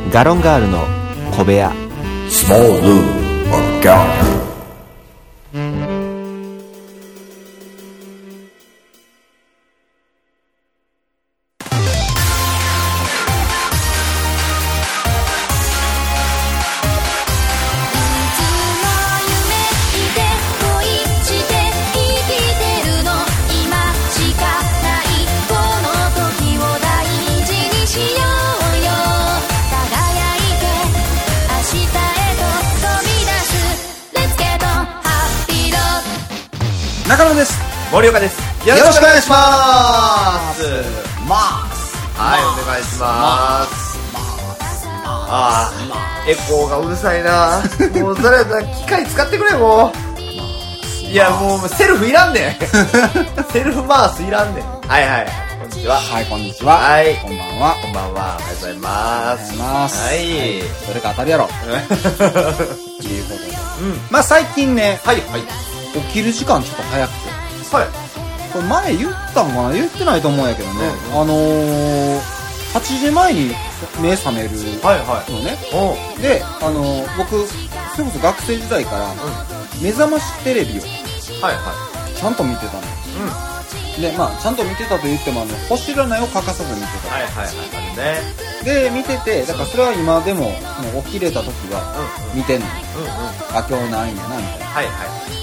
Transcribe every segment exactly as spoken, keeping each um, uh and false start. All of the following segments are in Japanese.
ガロンガールの小部屋。 Small Lou or Gallagher。 中野です。 森岡です。 よろしくお願いしますます。 はい、お願いします。ああ、エコーがうるさいな。もうそれだ、機械使ってくれもう。いや、もうセルフいらんねん。セルフマウスいらんねん。はいはい、こんにちは。 はい、こんにちは。 はい、 こんばんは。 こんばんは。おはようございます。 おはようございます。 はい、 それか当たりやろ。ということで、うん、まあ最近ね、 はいはい、 起きる時間ちょっと早くて、 はい、 これ前言ったんかな、言ってないと思うんやけどね、うんうん、あのー、はちじまえに目覚めるのね、 はいはい、で、あのー、僕それこそ学生時代から、うん、目覚ましテレビをはいはいちゃんと見てたの、うん、で、まあちゃんと見てたと言っても、あの星占いを欠かさず見てた、 はいはいはい、あるね。で見てて、だからそれは今でも、もう起きれた時は見てんの、うんうん、あ、今日ないんやなみたいな、はいはい、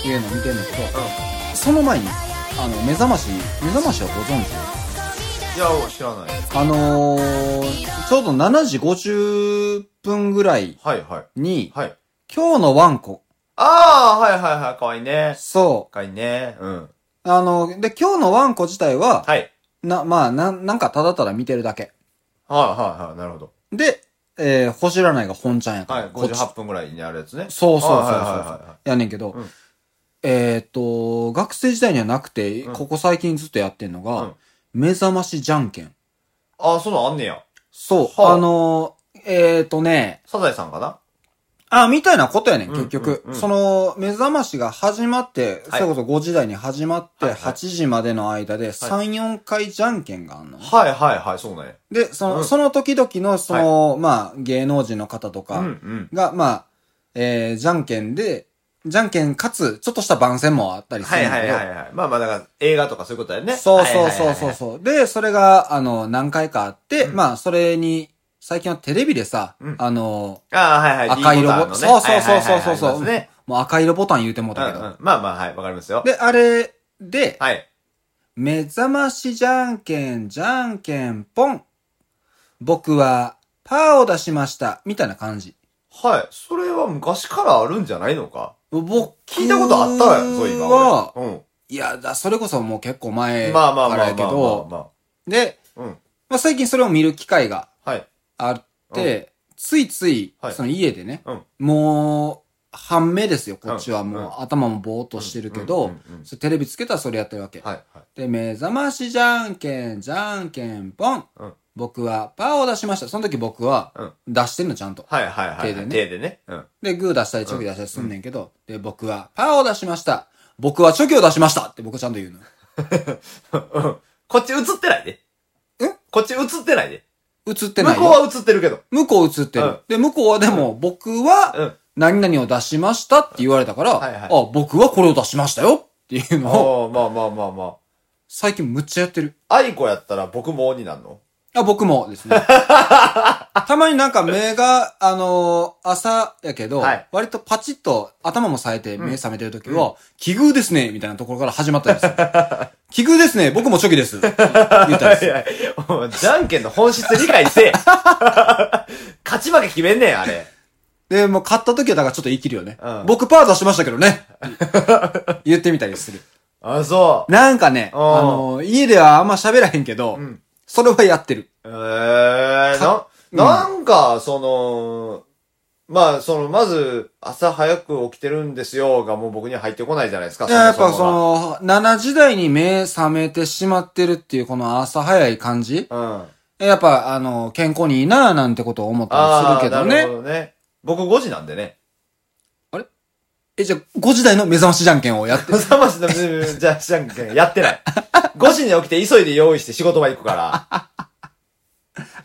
いうの見てんだけど、うん、その前にあの目覚まし目覚ましはご存知？ いや、知らない。 あのー、ちょうどしちじごじゅっぷんぐらいに、はいはいはい、今日のワンコ。 ああ、はいはいはい、かわいいね。 そう。 かわいいね。うん。 あの、で、今日のワンコ自体は、 はい。 な、まあ、な、なんかただただ見てるだけ。 はいはいはい、なるほど。 で、えー、星占いが本ちゃんやった。 はい、ごじゅうはっぷんぐらいにあるやつね。 そうそうそうそう。やねんけど、うん、えっと、学生時代にはなくて、うん、ここ最近ずっとやってんのが、うん、目覚ましじゃんけん。 ああ、そのあんねや。 そう。はあ、あのー、えっとね。 サザエさんかな？ あ、みたいなことやねん、結局。うんうんうん、その、目覚ましが始まって、はい、それこそごじ台に始まって、はちじまでの間でさん、よんかいじゃんけんがあんの。 はいはいはい、そうね。 で、その、うん、その時々の、その、はい、まあ、芸能人の方とかが、うんうん、まあ、えー、じゃんけんで、じゃんけんかつ、ちょっとした番宣もあったりするんだけど。 はいはいはいはい。まあまあ、だから、映画とかそういうことだよね。 そうそうそうそうそう。で、それが、あの、何回かあって、うん、まあ、それに、最近はテレビでさ、うん、あのー、 あはいはい、 赤色ボタン、ね、そうそうそうそうそうそう、 ね、 もう赤色ボタン言うてもうたけど、 うんうん。まあまあ、はい、わかりますよ。 で、あれで、 はい。 目覚ましじゃんけん、じゃんけんぽん。僕は、パーを出しました。みたいな感じ。 はい。それは昔からあるんじゃないのか？ 僕、 聞いたことあったわよ、そういえば。 は、うん。いや、だ、それこそもう結構前からやけど、で、うん、まあ、最近それを見る機会が、はい。あって、うん、ついつい、その家でね、はい、うん、もう、半目ですよ、こっちはもう、うん、頭もぼーっとしてるけど、テレビつけたらそれやってるわけ。はいはい、で、目覚ましじゃんけん、じゃんけんぽん。うん、僕はパーを出しました。その時僕は、出してんのちゃんと。 はいはいはい。手でね。手でね。 うん、で、グー出したりチョキ出したりすんねんけど、うん、で、僕はパーを出しました。僕はチョキを出しましたって僕ちゃんと言うの。こっち映ってないで。 んこっち映ってないで。 映ってないよ。 向こうは映ってるけど。 向こう映ってる。うん、で、向こうはでも、僕は、何々を出しましたって言われたから、はいはい、あ、僕はこれを出しましたよっていうのを。 ああ、まあまあまあまあ。 最近むっちゃやってる。 愛子やったら僕もになるの？ あ、僕もですね。たまになんか目が、あのー、朝やけど、はい、割とパチッと頭も冴えて目覚めてるときは、うん、奇遇ですねみたいなところから始まったりする。奇遇ですね僕もチョキです。言ったりする。いやいやじゃんけんの本質理解せえ。勝ち負け決めんねん、あれ。 で、もう勝ったときはだからちょっと言い切るよね。うん、僕パー出しましたけどね。言ってみたりする。 あ、そう。 なんかね、あのー、家ではあんま喋らへんけど、うん、それはやってる。 えー、な、なんか、その、まあ、その、まず、朝早く起きてるんですよ、がもう僕には入ってこないじゃないですか。 いや、やっぱその、しちじ台に目覚めてしまってるっていう、この朝早い感じ。うん。やっぱ、あの、健康にいいなぁなんてことを思ったりするけどね。 なるほどね。僕ごじなんでね。 あれえ、じゃあ、ごじ台の目覚ましじゃんけんをやって目覚ましの目覚ましじゃんけんやってない。ごじに起きて急いで用意して仕事場行くから。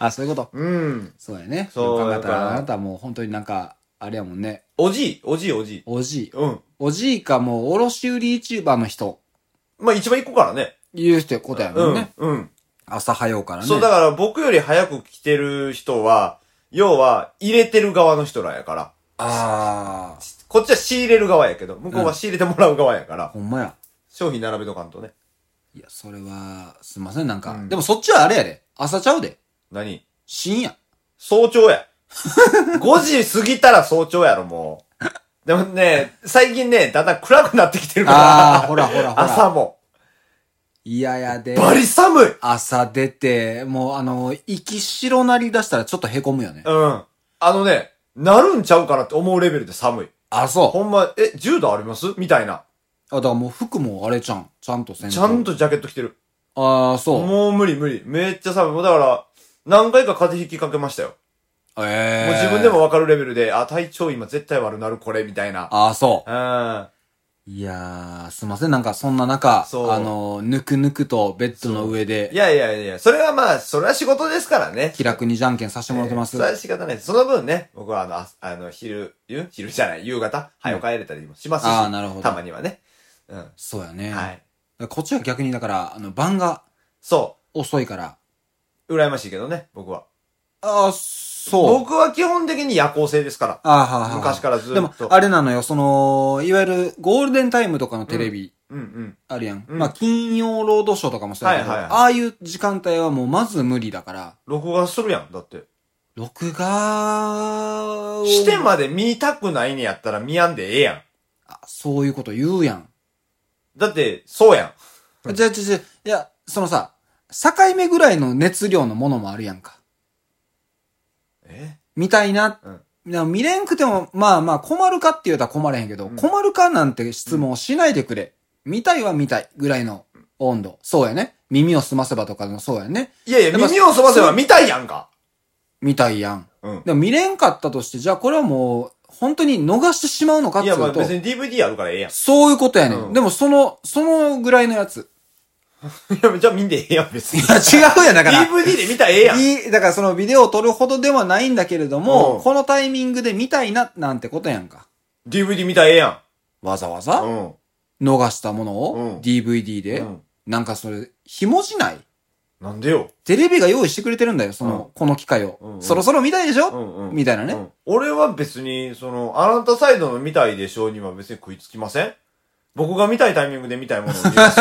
あ、そういうこと。 うん。 そうやね。 そう。 考えたら、あなたはもう本当になんか、あれやもんね。 おじい、おじい、おじい。 おじい。 うん。 おじいかもう、卸売 YouTuber の人。 まあ一番行こうからね。 言う人ことやもんね。 うん。うん。 朝早うからね。 そう、だから僕より早く来てる人は、要は、入れてる側の人らやから。 ああ。 こっちは仕入れる側やけど、向こうは仕入れてもらう側やから。 ほんまや。 商品並べとかんとね。 いや、それは、すいません、なんか。うん、でもそっちはあれやで。朝ちゃうで。 何？ 深夜。 早朝や。ごじ過ぎたら早朝やろ、もう。でもね、最近ね、だんだん暗くなってきてるから。 ああ、ほらほらほら。 朝も。 いややで。 バリ寒い。 朝出て、もうあの、息白なり出したらちょっと凹むよね。 うん。あのね、なるんちゃうかなって思うレベルで寒い。 あ、そう。 ほんま、え、じゅうどありますみたいな。あ、 だからもう服もあれちゃん。ちゃんとせんと。 ちゃんとジャケット着てる。 ああ、そう。 もう無理無理。めっちゃ寒い。もうだから、何回か風邪ひきかけましたよ。 ええー。 もう自分でもわかるレベルで、あ、体調今絶対悪なるこれ、みたいな。 ああ、そう。 うん。 いやー、すいません。なんかそんな中、あの、ぬくぬくとベッドの上で。 いやいやいや、それはまあ、それは仕事ですからね。 気楽にじゃんけんさせてもらってます。 えー、それは仕方ないです。その分ね、僕はあの、ああの、昼、昼じゃない、夕方、早く帰れたりもしますし。 ああ、なるほど。 たまにはね。うん。 そうやね。 はい。 こっちは逆にだから、あの、晩が。 そう。 遅いから。 羨ましいけどね、僕は。 ああ、そう。 僕は基本的に夜行性ですから。 ああ、はあ、 昔からずっと。 でも、あれなのよ、その、いわゆるゴールデンタイムとかのテレビ。 うん、うん、うん。 あるやん。 うん、 まあ、金曜ロードショーとかもそうやけど、はいはいはい、ああいう時間帯はもうまず無理だから。 録画するやん、だって。 録画してまで見たくないねやったら見やんでええやん。 あ、そういうこと言うやん。 だって、そうやん。じゃあ、じゃあ、じゃあ、いや、そのさ、境目ぐらいの熱量のものもあるやんか。 え見たいな。うん、見れんくても、まあまあ困るかって言うたら困れへんけど、うん、困るかなんて質問しないでくれ。うん、見たいは見たいぐらいの温度。そうやね。耳を澄ませばとかのそうやね。 いやいや、耳を澄ませば見たいやんか。 見たいやん。うん。でも見れんかったとして、じゃあこれはもう、本当に逃してしまうのかっていうと。いや、まあ別に ディーブイディー あるからええやん。 そういうことやねん。うん、でもその、そのぐらいのやつ。 いや、じゃあ見んでええやん、別に。いや、違うやん、だから。 ディーブイディー で見たらええやん。 いい、だからそのビデオを撮るほどではないんだけれども、うん、このタイミングで見たいな、なんてことやんか。 ディーブイディー 見たらええやん。 わざわざ、うん、逃したものを、うん、ディーブイディー で、うん、なんかそれ、ひもじない？ なんでよ。 テレビが用意してくれてるんだよ、その、うん、この機会を、うんうん。そろそろ見たいでしょ、うんうん、みたいなね、うん。 俺は別に、その、あなたサイドの見たいでしょには別に食いつきません？僕が見たいタイミングで見たいものを見ます。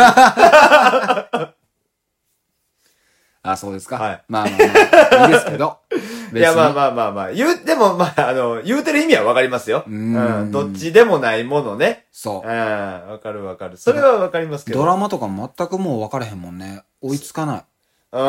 あ、そうですか。 はい。 まあまあまあ、いいですけど。 いや、まあまあまあまあ、言う、でもまあ、あの、言うてる意味はわかりますよ。うん。うん。どっちでもないものね。 そう。 うん。わかるわかる。それはわかりますけど。 ドラマとか全くもう分からへんもんね。追いつかない。 うん。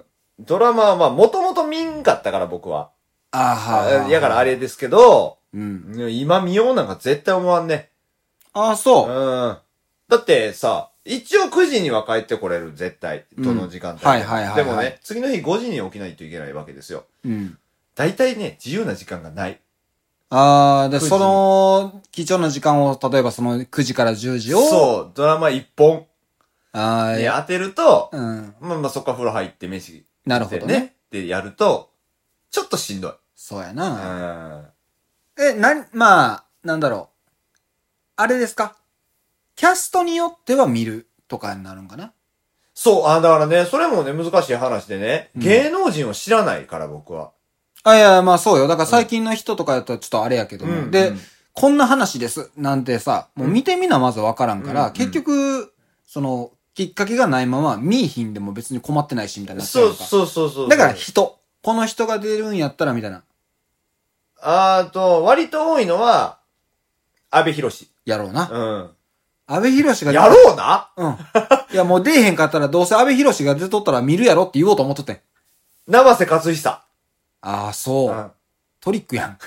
ドラマはまあ、もともと見んかったから僕は。 あーはー。 やからあれですけど、 うん。 今見ようなんか絶対思わんね。 ああ、そう。 うん。だってさ、一応くじには帰ってこれる、絶対。どの時間帯で、うん。はいはいはい、はい。でもね、次の日ごじに起きないといけないわけですよ。 うん。 大体ね、自由な時間がない。 ああ、で、その、貴重な時間を、例えばそのくじからじゅうじを。 そう、ドラマいっぽん。 ああ、 に当てると、 うん。 まあまあそっから風呂入って飯。 なるほどね。 でやると、ちょっとしんどい。 そうやな。 うん。 え、な、まあ、なんだろう。あれですか？キャストによっては見るとかになるんかな？ そう、あ、だからね、それもね、難しい話でね、うん、芸能人を知らないから僕は。 あ、いや、まあそうよ。だから最近の人とかやったらちょっとあれやけども。うん、で、うん、こんな話です。なんてさ、もう見てみなまずわからんから、うん、結局、その、きっかけがないまま、見いひんでも別に困ってないし、みたいな。 そうそうそうそう。 だから人。この人が出るんやったら、みたいな。 あーと、割と多いのは、安倍博士。 やろうな。 うん。 安倍博士が出やろうなうん。いや、もう出えへんかったら、どうせ安倍博士が出とったら見るやろって言おうと思っとってん。 生瀬勝久。 ああ、そう、うん。トリックやん。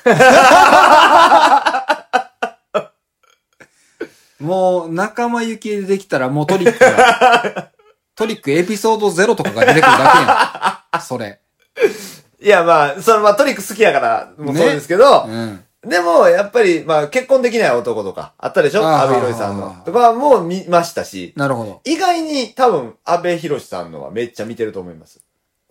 もう、仲間由紀恵でできたらもうトリックや。トリックエピソードゼロとかが出てくるだけやん。それ。 いや、まあ、その、まあ、トリック好きやから、もうそうですけど、 ね、 うん。でも、やっぱり、まあ、結婚できない男とか、あったでしょ？安倍博さんの。とかも見ましたし。 なるほど。 意外に、多分、安倍博さんのはめっちゃ見てると思います。 あ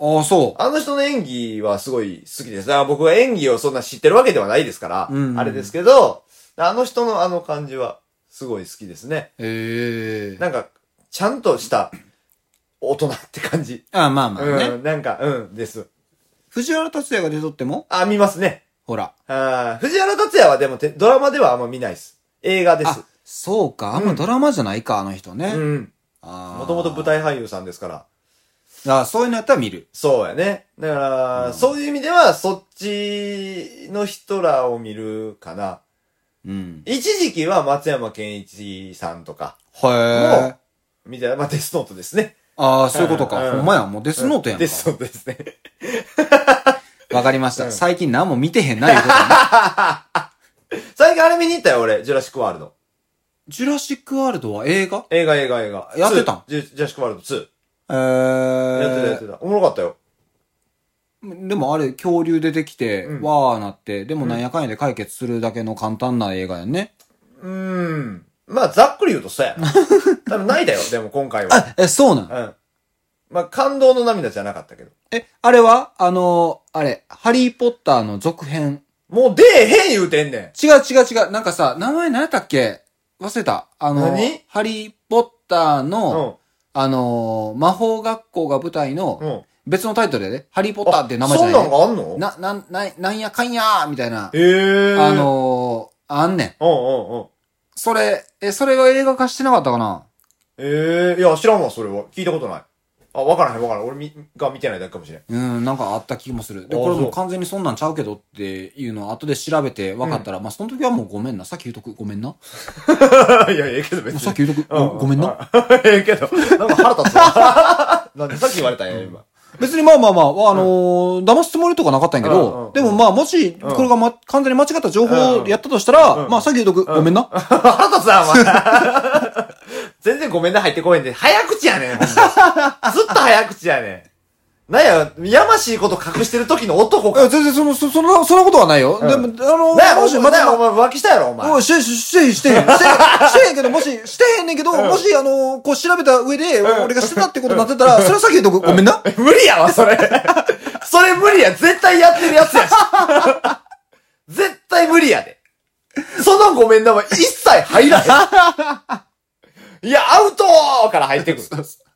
ああ、そう。 あの人の演技はすごい好きです。だから僕は演技をそんな知ってるわけではないですから、うんうん、あれですけど、あの人のあの感じはすごい好きですね。 へえ。 なんか、ちゃんとした大人って感じ。 ああ、まあまあね。 うん、なんか、うんです。 藤原竜也が出とってもあ、見ますね。 ほら。 あ藤原竜也はでもドラマではあんま見ないです。映画です。あ、 そうか。あんまドラマじゃないか、うん、あの人ね。 うん。もともと舞台俳優さんですから。 ああ、そういうのやったら見る。 そうやね。だから、うん、そういう意味では、そっちの人らを見るかな。うん。一時期は松山ケンイチさんとか。 へえ。もみたいな、まあ、デスノートですね。 ああ、そういうことか。ほんまや、もうデスノートやんか。 デスノートですね。 わかりました。うん、最近何も見てへんな、いうことね。 最近あれ見に行ったよ、俺。ジュラシックワールド。 ジュラシックワールドは映画映画映画映画。 やってたんジュラシックワールドツー。 えー。 やってたやってた。おもろかったよ。 でもあれ、恐竜出てきて、うん、わーなって、でもなんやかんやで解決するだけの簡単な映画やんね。 うーん。まあ、ざっくり言うとそうやな。多分ないだよ、でも今回は。 あ、え、そうなん？ うん。まあ、感動の涙じゃなかったけど。 え、あれはあのー、あれ、ハリーポッターの続編。 もう出えへん言うてんねん。違う違う違う。なんかさ、名前何やったっけ？忘れた。あのー、 何？ ハリーポッターの、うん、あのー、魔法学校が舞台の、うん別のタイトルでね、ハリーポッターって名前じゃない、 ね、そんなんがあんのな、な、な、なんやかんやーみたいな。 へー。 あのー、あんねん。 うんうんうん。 それ、え、それは映画化してなかったかなええー、いや、知らんわ、それは。聞いたことない。あ、わからへんわからん。俺みが見てないだけかもしれん。 うん、なんかあった気もする。で、これもう完全にそんなんちゃうけどっていうのを後で調べて分かったら、うん、まあ、その時はもうごめんな。さっき言うとく。ごめんな。 いや、ええけど別に。 さっき言うとく。ご, ごめんな。 ええけど。なんか腹立つわ。なんでさっき言われたんや、今。 別にまあまあまあ、あのーうん、騙すつもりとかなかったんやけど、うんうん、でもまあもし、これがま、完全に間違った情報をやったとしたら、うんうん、まあさっき言うとく、うん、ごめんな。 腹立つな、お前。全然ごめんな入ってこへんで、早口やねん、ほんと。ずっと早口やねん。なんや、やましいこと隠してる時の男か。 全然その、そ、そんな、そんなことはないよ。うん、でも、あの、 なや、もし、また、お前浮気したやろ、お前。 おい、して、して、してへん。して、してへんけど、もし、してへんねんけど、うん、もし、あの、こう調べた上で、うん、俺がしてたってことになってたら、それはさっき言うとく、ごめんな。 無理やわ、それ。それ無理や。絶対やってるやつやし。絶対無理やで。そのごめんなは一切入らへん。いや、アウトーから入ってくる。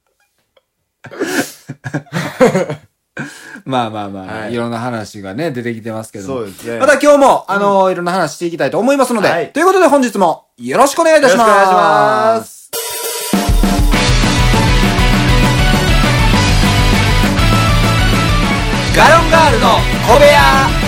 まあまあまあ、はい、いろんな話がね、出てきてますけど。 そうですね。 また今日も、あのー、うん、いろんな話していきたいと思いますので、はい、ということで本日もよろしくお願いいたします。よろしくお願いします。ガロンガールの小部屋。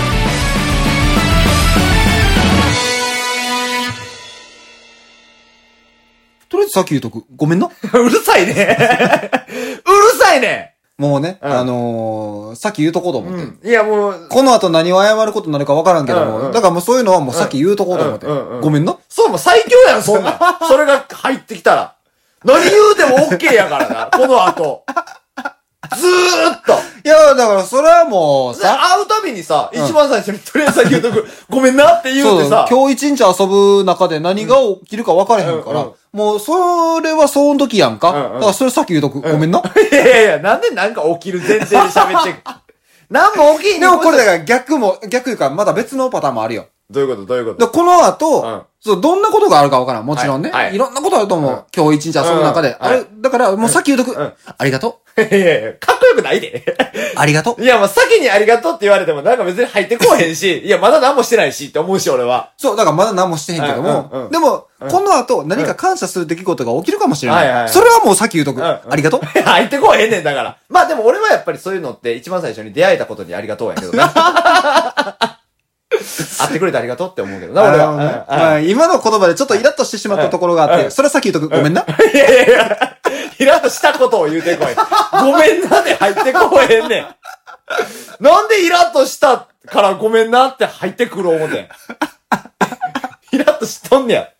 とりあえずさっき言うとく。ごめんな。 うるさいね。うるさいね。 もうね、うん、あのー、さっき言うとこうと思って。 うん、いやもう。 この後何を謝ることになるか分からんけども、うんうん、だからもうそういうのはもうさっき言うとこうと思って。うんうんうん、ごめんな。 そう、もう最強やん、そんなん。それが入ってきたら。何言うても OK やからな、この後。ずーっと。 いや、だからそれはもうさ。 会うたびにさ、うん、一番最初にとりあえず言うとく、ごめんなって言うてさ。 今日一日遊ぶ中で何が起きるか分からへんから、うんうん、もうそれはその時やんか。うんうん、だからそれさっき言うとく、うん、ごめんな。 いやいやいや、なんでなんか起きる前提で喋ってなんも起きんねん。でもこれだから逆も、逆いうかまだ別のパターンもあるよ。 どういうことどういうことこの後、うん、そう、どんなことがあるかわからん。もちろんね。はいはい、いろんなことあると思う。うん、今日一日遊ぶ中で。うん、あれ、はい、だから、もうさっき言うとく。うん、ありがとう。いやいや、かっこよくないで。 ありがとう。 いや、もう先にありがとうって言われてもなんか別に入ってこへんし、いや、まだ何もしてないしって思うし、俺は。 そう、だからまだ何もしてへんけども。うんうんうん、でも、うん、この後何か感謝する出来事が起きるかもしれない。はいはいはい、それはもうさっき言うとく。うんうん、ありがとう。 入ってこへんねんだから。まあでも俺はやっぱりそういうのって一番最初に出会えたことにありがとうやけどな。会ってくれてありがとうって思うけどな、俺は。 ねまあ、今の言葉でちょっとイラッとしてしまったところがあって、それはさっき言うとく、ごめんな。 いやいやいや、イラッとしたことを言うてこい。ごめんなで入ってこへんねん。なんでイラッとしたからごめんなって入ってくる思てん。イラッとしとんねや。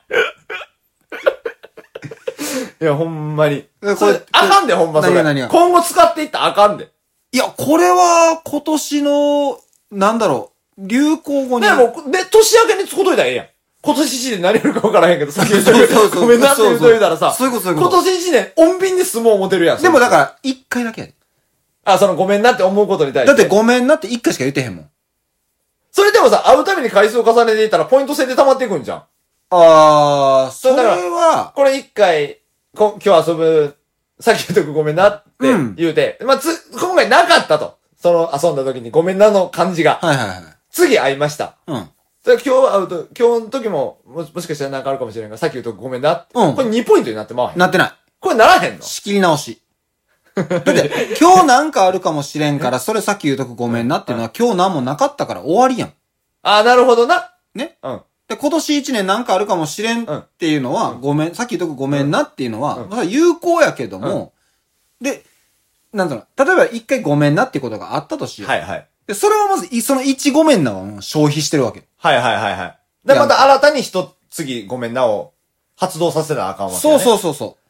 いや、ほんまに。それ、あかんで、ほんまそれ。何何今後使っていったらあかんで。 いや、これは今年の、なんだろう。流行語に。 でも、で、年明けに使うといたらええやん。今年一年何やるか分からへんけど、さっき言ったけど、ごめんなって言うといたらさ、 そういうことそういうこと。 今年一年、穏便に相撲を持てるやん。 でもだから、一回だけやで。 あ、そのごめんなって思うことに対して。 だってごめんなって一回しか言ってへんもん。 それでもさ、会うたびに回数を重ねていったらポイント制で溜まっていくんじゃん。 あー、それは、 これ一回、こ今日遊ぶ、さっき言うとくごめんなって言うて、うん、まあ、つ、今回なかったと。その遊んだ時にごめんなの感じが。 はいはいはい。 次会いました。 うん。 今日会うと、今日の時も、もし、もしかしたらなんかあるかもしれんが、さっき言うとごめんな。 うん。 これにポイントになってまわへん。 なってない。 これならへんの？ 仕切り直し。だって、今日なんかあるかもしれんから、それさっき言うとくごめんなっていうのは、今日なんもなかったから終わりやん。 ああ、なるほどな。 ね。うん。で、今年一年なんかあるかもしれんっていうのは、うん、ごめん、さっき言うとくごめんなっていうのは、うん、まあ有効やけども、うん、で、なんだろう、例えば一回ごめんなっていうことがあったとしよう。 はいはい。で、 それはまず、その一ごめんなを消費してるわけ。 はいはいはいはい。で、また新たに一次ごめんなを発動させなあかんわけ、ね。 そうそうそうそう。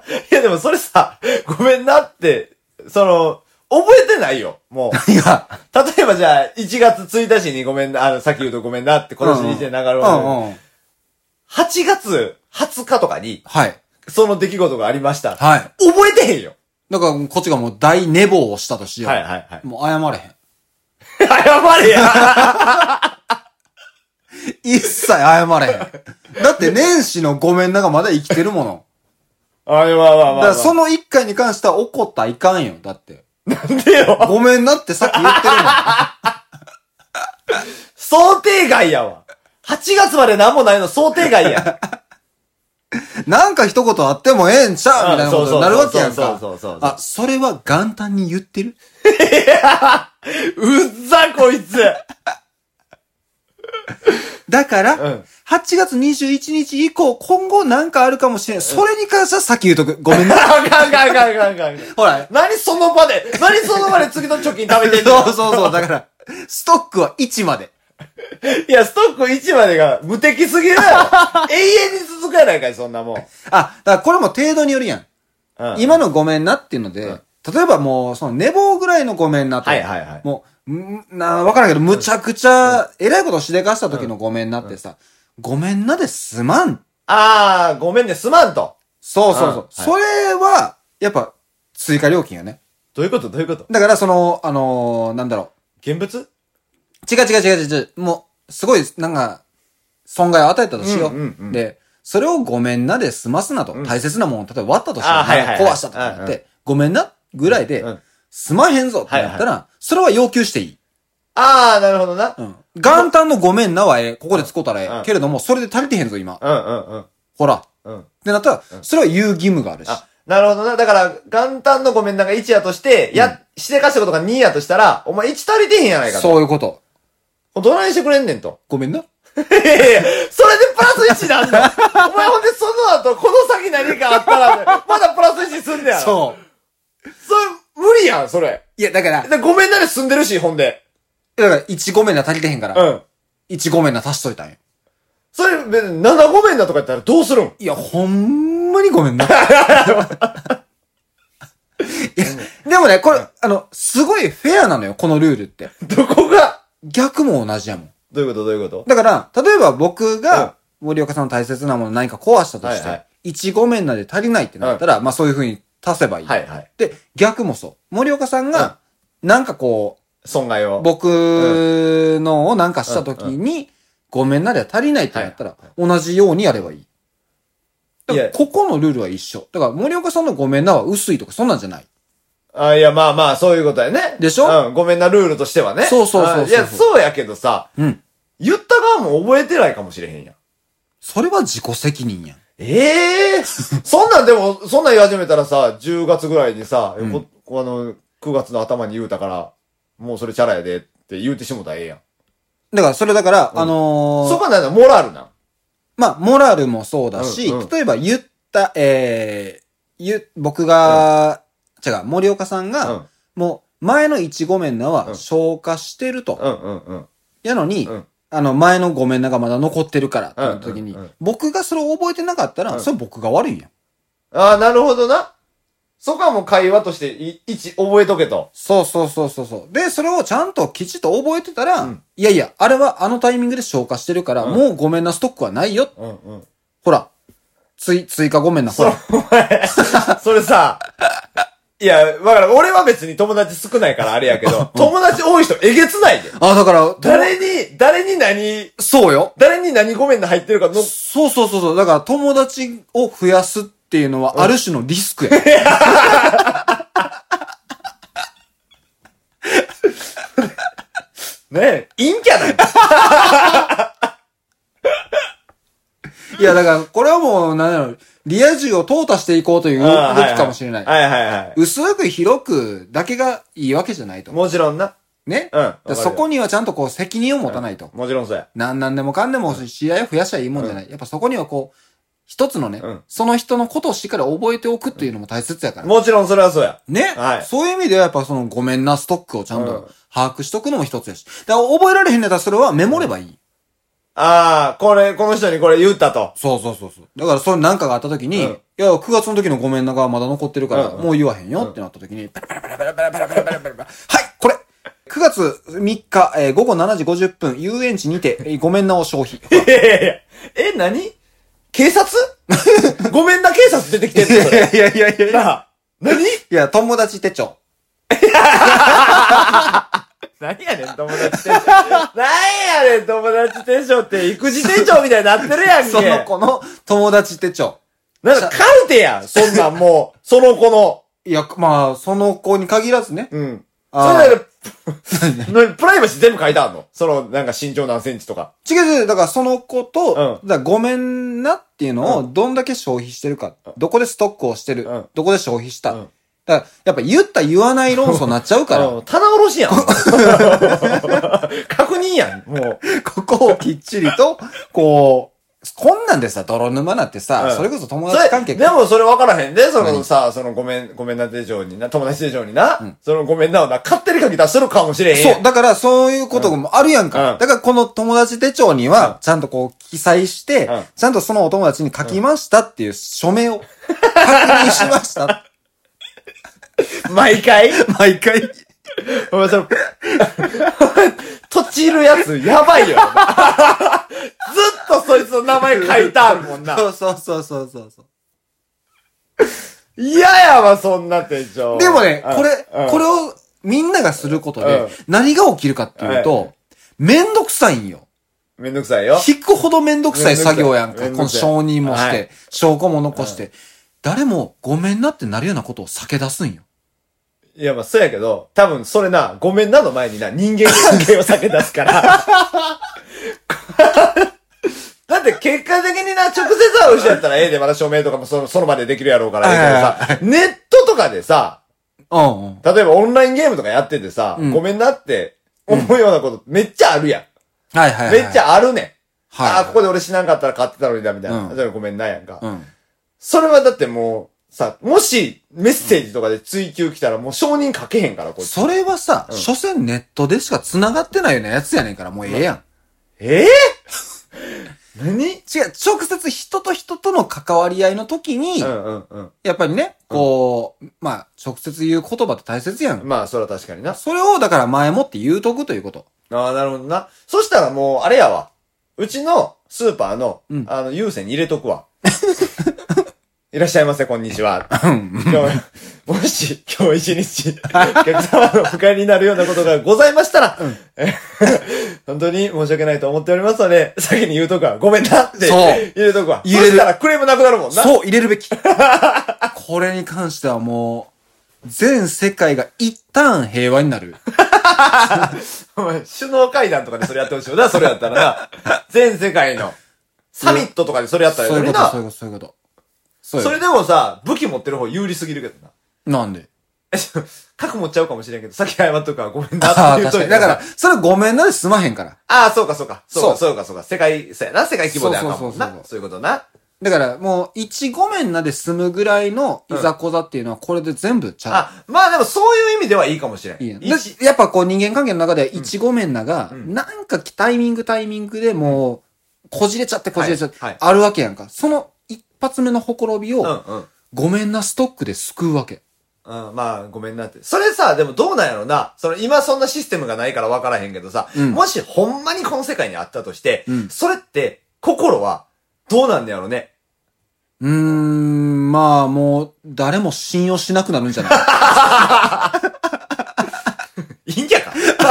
いやでもそれさ、ごめんなって、その、覚えてないよ、もう。いや。例えばじゃあ、いちがつついたちにごめんな、あの、さっき言うとごめんなって、今年にいちねん流れるわけ。うんうん。はちがつはつかとかに、はい。その出来事がありました。はい。覚えてへんよ。 だから、こっちがもう大寝坊をしたとしよう。はいはいはい。もう謝れへん。 謝れや一切謝れへん。だって年始のごめんながまだ生きてるもの。 あれはまあまあまあ。 だからその一回に関しては怒ったらいかんよ。だって。 なんでよ。 ごめんなってさっき言ってるもん。 想定外やわ。はちがつまでなんもないの想定外や。 なんか一言あってもええんちゃうみたいなことになるわけやんか。 そうそうそうそう。 あ、それは元旦に言ってる？ いやうっざこいつ。 だから、うん、はちがつにじゅういちにち以降、今後なんかあるかもしれん。それに関してはさっき言うとく。ごめんな。 あかんあかんあかんあかん。ほら。何その場で、何その場で次の貯金食べてんの？ そうそうそう。だから、ストックはいちまで。 いや、ストックいちまでが無敵すぎるやろ。永遠に続かないかい、そんなもん。 あ、だからこれも程度によるやん。うん、今のごめんなっていうので、うん、例えばもう、その寝坊ぐらいのごめんなと。はいはいはい。もう、んな、わからんけど、むちゃくちゃ、えらいことしでかした時のごめんなってさ、うんうん、ごめんなですまん。 あー、ごめんね、すまんと。 そうそうそう。うんはい、それは、やっぱ、追加料金よね。 どういうことどういうことだから、その、あのー、なんだろう。現物違う違う違う違う。もう、すごい、なんか、損害を与えたとしよう。うんうんうん、で、それをごめんなで済ますなと。うん、大切なものを、例えば割ったとしよう。はいはいはい、壊したとか言って、うんうん、ごめんなぐらいで、うん済まへんぞってなったら、はいはい、それは要求していい。 ああ、なるほどな。 うん。元旦のごめんなはええ、ここで使うたらええ、うん。けれども、それで足りてへんぞ、今。 うんうんうん。 ほら。うん。ってなったら、それは言う義務があるし。あ、 なるほどな。だから、元旦のごめんながいちやとして、や、うん、しでかしたことがにやとしたら、お前いち足りてへんやないかと。 そういうこと。 どないしてくれんねんと。 ごめんな。 いやいや、それでプラスいちなんだ。お前ほんでその後、この先何かあったら、まだプラスいちすんねやろ。そう。それ、無理やん、それ。 いや、だから。 でごめんなで済んでるし、ほんで。 だから、いちごめんな足りてへんから。うん。いちごめんな足しといたんよ。 それ、ななごめんなとか言ったらどうするん？ いや、ほんまにごめんな。いや、でもね、これ、あの、すごいフェアなのよ、このルールって。 どこが？ 逆も同じやもん。 どういうことどういうこと？ だから、例えば僕が、森岡さんの大切なもの何か壊したとして、はいはい、いちごめんなで足りないってなったら、うん、まあそういう風に足せばいい。はいはい。で、逆もそう。森岡さんが、なんかこう、 損害を。 僕のをなんかした時に、ごめんなでは足りないってなったら、同じようにやればいい。だからここのルールは一緒。だから森岡さんのごめんなは薄いとかそんなんじゃない。 あ、いや、まあまあ、そういうことやね。 でしょ？ うん、ごめんなルールとしてはね。 そうそうそうそう。 いや、そうやけどさ、うん。言った側も覚えてないかもしれへんやん。 それは自己責任やん。 ええー、そんなんでも、そんなん言い始めたらさ、じゅうがつぐらいにさ、うん、こあの、くがつの頭に言うたから、もうそれチャラやでって言うてしもたらええやん。 だから、それだから、うん、あのー、 そこはなんだ、モラルな。 まあ、モラルもそうだし、うんうん、例えば言った、えー、ゆ、僕が、うん、違う、森岡さんが、うん、もう、前のいちごめんなは消化してると。うんうんうん、やのに、うん、あの、前のごめんながまだ残ってるから、ってなった時に、うんうんうん、僕がそれを覚えてなかったら、うん、それ僕が悪いやん。 ああ、なるほどな。そこはもう会話として、い、一、覚えとけと。 そうそうそうそうそう。で、それをちゃんときちっと覚えてたら、うん、いやいや、あれはあのタイミングで消化してるから、うん、もうごめんなストックはないよ。うんうん、ほら、つい、追加ごめんな、ほら。 お前、それさ、 いや、わからん。俺は別に友達少ないからあれやけど、友達多い人えげつないで。 あ、だから、 誰に、誰に何、 そうよ。 誰に何ごめんな入ってるかの。 そうそうそうそう。だから友達を増やすっていうのはある種のリスクや。 ねえ、陰キャだよ。 いや、だから、これはもう、なんだろう、リア充を淘汰していこうという動きかもしれない。 はいはいはい。 薄く広くだけがいいわけじゃないと。 もちろんな。 ね。うん。そこにはちゃんとこう責任を持たないと。 もちろんそうや。 なんなんでもかんでも試合を増やしゃいいもんじゃない。やっぱそこにはこう、一つのね、その人のことをしっかり覚えておくっていうのも大切やから。 もちろんそれはそうや。 ね。はい。そういう意味ではやっぱそのごめんなストックをちゃんと把握しとくのも一つやし。だから覚えられへんねたらそれはメモればいい。 ああ、これ、この人にこれ言ったと。 そうそうそうそう。だからそれなんかがあった時に、うん、いや、くがつの時のごめんながまだ残ってるから、もう言わへんよってなった時に、パラパラパラパラパラパラパラパラパラパラ。はい、これくがつみっか、えー、午後しちじごじゅっぷん、遊園地にて、えー、ごめんなを消費。 いやいやいやえ、何警察ごめんな警察出てきてるのそれ。 いやいやいやいや。 なあ、何いや、友達手帳。 何やねん、友達手帳。何やねん、友達手帳って、育児手帳みたいになってるやんけ。 その子の友達手帳。 なんかカルテやん、そんなんもう、その子の。 いや、まあ、その子に限らずね。 うん。それだけ、プライバシー全部書いてあるのその、なんか身長何センチとか。 違う違う、だからその子と、うん、だごめんなっていうのをどんだけ消費してるか。うん、どこでストックをしてる。うん、どこで消費した。うんだから、やっぱ言った言わない論争になっちゃうから。 棚卸しやん。確認やん。もう。 ここをきっちりと、こう、こんなんでさ、泥沼なってさ、うん、それこそ友達関係でもそれ分からへんで、そのさ、そのごめん、ごめんな手帳にな、友達手帳にな、うん、そのごめんなをな、勝手に書き出するかもしれへん。 そう、だからそういうこともあるやんか。うん、だからこの友達手帳には、ちゃんとこう記載して、うん、ちゃんとそのお友達に書きましたっていう署名を確認しました。 毎回毎回お前その、とちるやつやばいよ。ずっとそいつの名前書いてあるもんな。 そうそうそうそうそう。 嫌やわ、そんな手帳。 でもね、これ、うん、これをみんながすることで、うん、何が起きるかっていうと、はい、めんどくさいんよ。 めんどくさいよ。 引くほどめんどくさい作業やんか。この承認もして、はい、証拠も残して、うん。誰もごめんなってなるようなことを避け出すんよ。 いや、まあ、そうやけど、多分、それな、ごめんなの前にな、人間関係を避け出すから。だって、結果的にな、直接会う人やったら、ええで、まだ署名とかもその、その場でできるやろうから、ええけどさ、ネットとかでさ、うんうん、例えばオンラインゲームとかやっててさ、うん、ごめんなって思うようなこと、めっちゃあるやん。 はいはいはい。 めっちゃあるねん。はい、ああ、ここで俺死なんかったら買ってたのにだ、みたいな。うん、例えばごめんなやんか。うん、それはだってもう、さ、もし、メッセージとかで追求来たらもう承認書けへんから、こいつ。それはさ、うん、所詮ネットでしか繋がってないようなやつやねんから、もうええやん。 ええー、何違う、直接人と人との関わり合いの時に、うんうんうん、やっぱりね、こう、うん、まあ、直接言う言葉って大切やん。 まあ、それは確かにな。 それを、だから前もって言うとくということ。 ああ、なるほどな。そしたらもう、あれやわ。うちのスーパーの、うん、あの、優先に入れとくわ。いらっしゃいませ、こんにちは。今日、もし、今日一日、お客様の不快になるようなことがございましたら、うん、本当に申し訳ないと思っておりますので、先に言うとくわ。ごめんなって入れとくわ。入れる。そしたらクレームなくなるもんな。 そう、入れるべき。これに関してはもう、全世界が一旦平和になる。 お前、首脳会談とかでそれやってほしいよな、それやったらな。全世界の、サミットとかでそれやったらよねな。そういうこと、そういうこと、そういうこと。 そ, それでもさ、武器持ってる方有利すぎるけどな。なんで核持っちゃうかもしれんけど、さっき謝っとくからごめんなって言うといて。 だから、それごめんなで済まへんから。 ああ、そうかそうか。そうかそうかそうか。世界、そうやな。世界規模であかんもんな。そういうことな。 だから、もう、一ごめんなで済むぐらいのいざこざっていうのは、これで全部ちゃう。うん、 あ、まあでもそういう意味ではいいかもしれん。いいやっぱこう人間関係の中で一ごめんなが、うん、なんかタイミングタイミングでもう、こじれちゃってこじれちゃって、はいはい、あるわけやんか。その一発目のほころびを、うんうん、ごめんなストックで救うわけ。 うん、まあ、ごめんなって。それさ、でもどうなんやろな。その、今そんなシステムがないから分からへんけどさ、うん、もしほんまにこの世界にあったとして、うん、それって、心は、どうなんだやろね。 うーん、まあもう、誰も信用しなくなるんじゃないいいんじゃか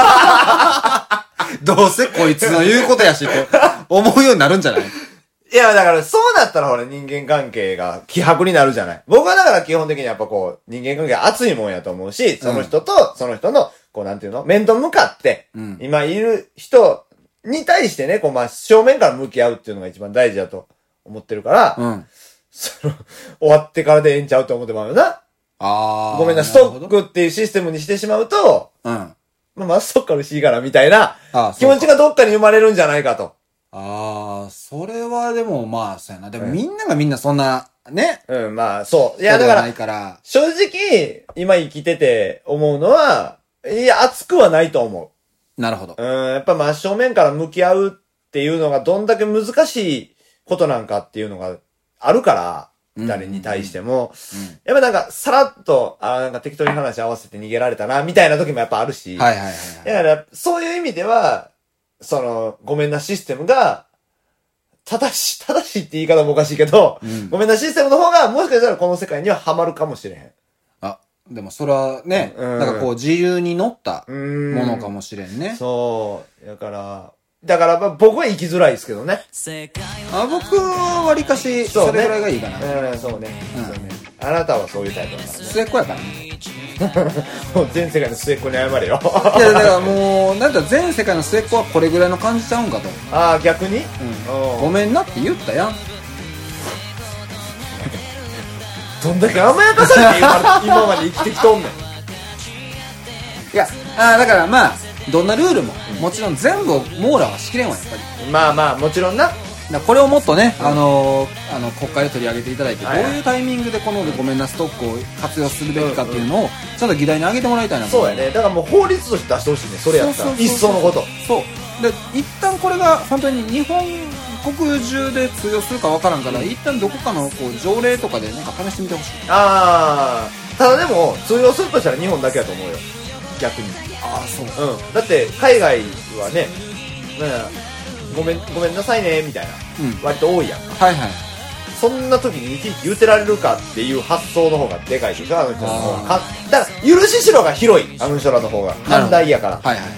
どうせこいつの言うことやしって思うようになるんじゃないいや、だからそうなったらほら人間関係が希薄になるじゃない。僕はだから基本的にやっぱこう、人間関係熱いもんやと思うし、その人とその人の、こうなんていうの面と向かって、うん、今いる人に対してね、こうまあ正面から向き合うっていうのが一番大事だと思ってるから、うん、その、終わってからでええんちゃうと思ってまうよな。 あー。 ごめんな、ストックっていうシステムにしてしまうと、うん。まあ、まあ、ストックあるしいいからみたいな気持ちがどっかに生まれるんじゃないかと。 ああ、それはでもまあ、そうやな。でもみんながみんなそんな、ね。 うん、まあ、そう。いや、だから、から正直、今生きてて思うのは、いや、熱くはないと思う。なるほど。 うん、やっぱ真正面から向き合うっていうのがどんだけ難しいことなんかっていうのがあるから、誰に対しても。うんうんうん、やっぱなんか、さらっと、あなんか適当に話合わせて逃げられたな、みたいな時もやっぱあるし。 はいはいはい、はい。 だから、そういう意味では、その、ごめんなシステムが、正しい、正しいって言い方もおかしいけど、うん、ごめんなシステムの方が、もしかしたらこの世界にはハマるかもしれへん。 あ、でもそれはね、うん、なんかこう自由に乗ったものかもしれんね。 んそう。だから、だからまあ僕は生きづらいですけどね。 あ、僕は割かし、それぐらいがいいかな。 うん、そうね。うん、そうね。あなたはそういうタイプだからね。 末っ子やからね。 もう全世界の末っ子に謝れよ。 いや、だからもう、なんか全世界の末っ子はこれぐらいの感じちゃうんかと。 ああ、逆に、 うん、ごめんなって言ったやん。 どんだけ甘やかされて今, 今まで生きてきとんねん。 いや、あだからまあ、どんなルールも、うん、もちろん全部を網羅はしきれんわ、やっぱり。 まあまあ、もちろんな。 だこれをもっとね、うん、あのー、あの、国会で取り上げていただいて、はいはい、どういうタイミングでこのごめんなストックを活用するべきかっていうのを、ちゃんと議題に上げてもらいたいなと。 そうやね。だからもう法律として出してほしいね、それやったら。一層のこと。 そう。で、一旦これが本当に日本国中で通用するかわからんから、うん、一旦どこかのこう条例とかでなんか試してみてほしい。 ああ、ただでも、通用するとしたら日本だけだと思うよ。逆に。 ああ、そう。 うん。だって、海外はね、なんかごめん、ごめんなさいね、みたいな。うん、割と多いやんか。 はいはい。 そんな時にいちいち言うてられるかっていう発想の方がでかいでしょ、あの人の方が。だから、許ししろが広い、あの人らの方が。寛大やから。 はいはいはい。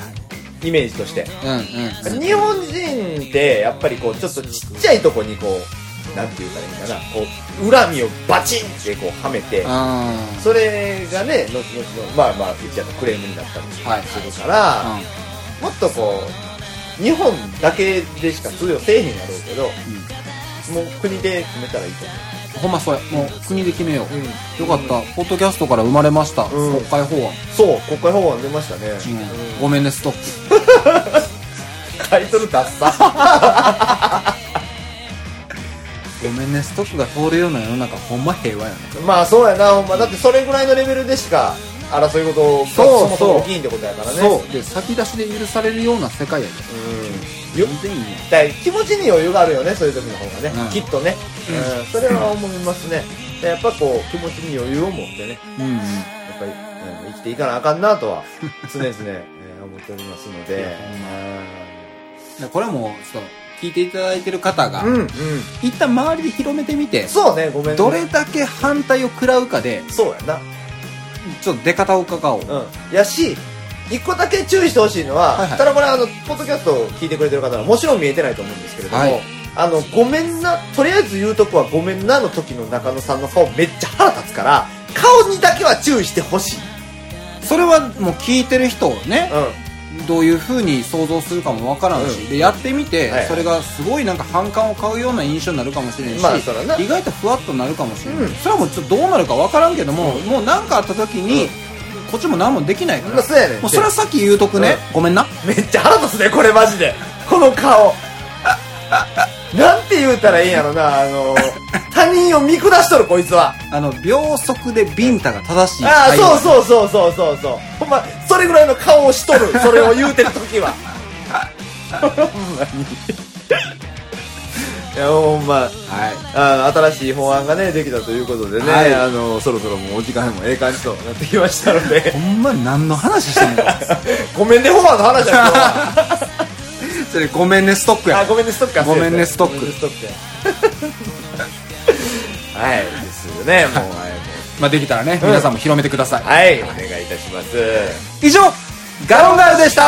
イメージとして。 うんうん。 日本人って、やっぱりこう、ちょっとちっちゃいとこにこう、なんていうかいいかな、こう、恨みをバチンってこうはめて、それがね、後々の、まあまあ、うちやったクレームになったりするから、はいはいうん、もっとこう、日本だけでしか通用せえへんやろうけど、うん、もう国で決めたらいいと思う。 ほんまそれ、もう国で決めよう。うん、よかった。ポッドキャストから生まれました。うん、国会法案。 そう、国会法案出ましたね。 うんうん、ごめんね、ストップ。 タイトルダッサ。 ごめんね、ストックが通るような世の中、ほんま平和やね。 まあそうやな、ほんま。だってそれぐらいのレベルでしか、争い事がそもそも大きいってことやからね。 そうで先出しで許されるような世界やで、 うん、全然いいね。だ気持ちに余裕があるよね、そういう時の方がね、うん、きっとね、うん、それは思いますね。やっぱこう気持ちに余裕を持ってね、うん、やっぱり、うん、生きていかなあかんなとは常々、ね、思っておりますので、 うん、これもちょっと聞いていただいてる方が、うんうん、一旦周りで広めてみて、 そうね、ごめんね、 どれだけ反対を食らうかで、 そうやな、 ちょっと出方を伺おう。 うん。やし、一個だけ注意してほしいのは、はいはい、ただこれあの、ポッドキャストを聞いてくれてる方はもちろん見えてないと思うんですけれども、はい、あの、ごめんな、とりあえず言うとこはごめんなの時の中野さんの顔めっちゃ腹立つから、顔にだけは注意してほしい。 それはもう聞いてる人をね、うん、どういう風に想像するかもわからんし、うん、でやってみて、はいはい、それがすごいなんか反感を買うような印象になるかもしれんし、まあ、意外とふわっとなるかもしれない、うん、それはもうちょっとどうなるかわからんけども、うん、もう何かあった時に、うん、こっちも何もできないから、 まあ、そうやねん、 もうそれはさっき言うとくね、うん、ごめんな。 めっちゃ腹立つね、これマジで。この顔。なんて言うたらいいんやろな、あの他人を見下しとるこいつは。 あの秒速でビンタが正しい。 ああ、そうそうそうそうそうそう。ほんまそれぐらいの顔をしとる。それを言うてる時は。ほんまに。いやほんま、はい、あの新しい法案がねできたということでね、はい、あのそろそろもうお時間もええ感じとなってきましたので。 ほんま何の話してんの。 ごめんね、法案の話だけど。 それごめんねストックや。 あ、ごめんねストック。 ごめんねストック。 はい。ですよね、もう、はい、もう。 まあ、できたらね、うん、皆さんも広めてください。 はい、お願いいたします。 以上、ガロンガールでした。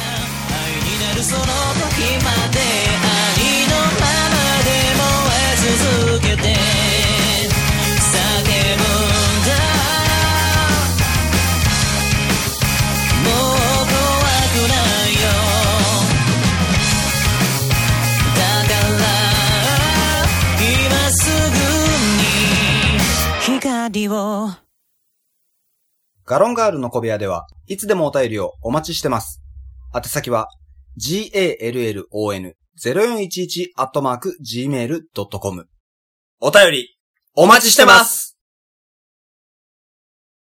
ガロンガールの小部屋では、いつでもお便りをお待ちしてます。宛先は、ガロンゼロよんいちいち アットマーク ジーメールドットコム。お便り、お待ちしてます。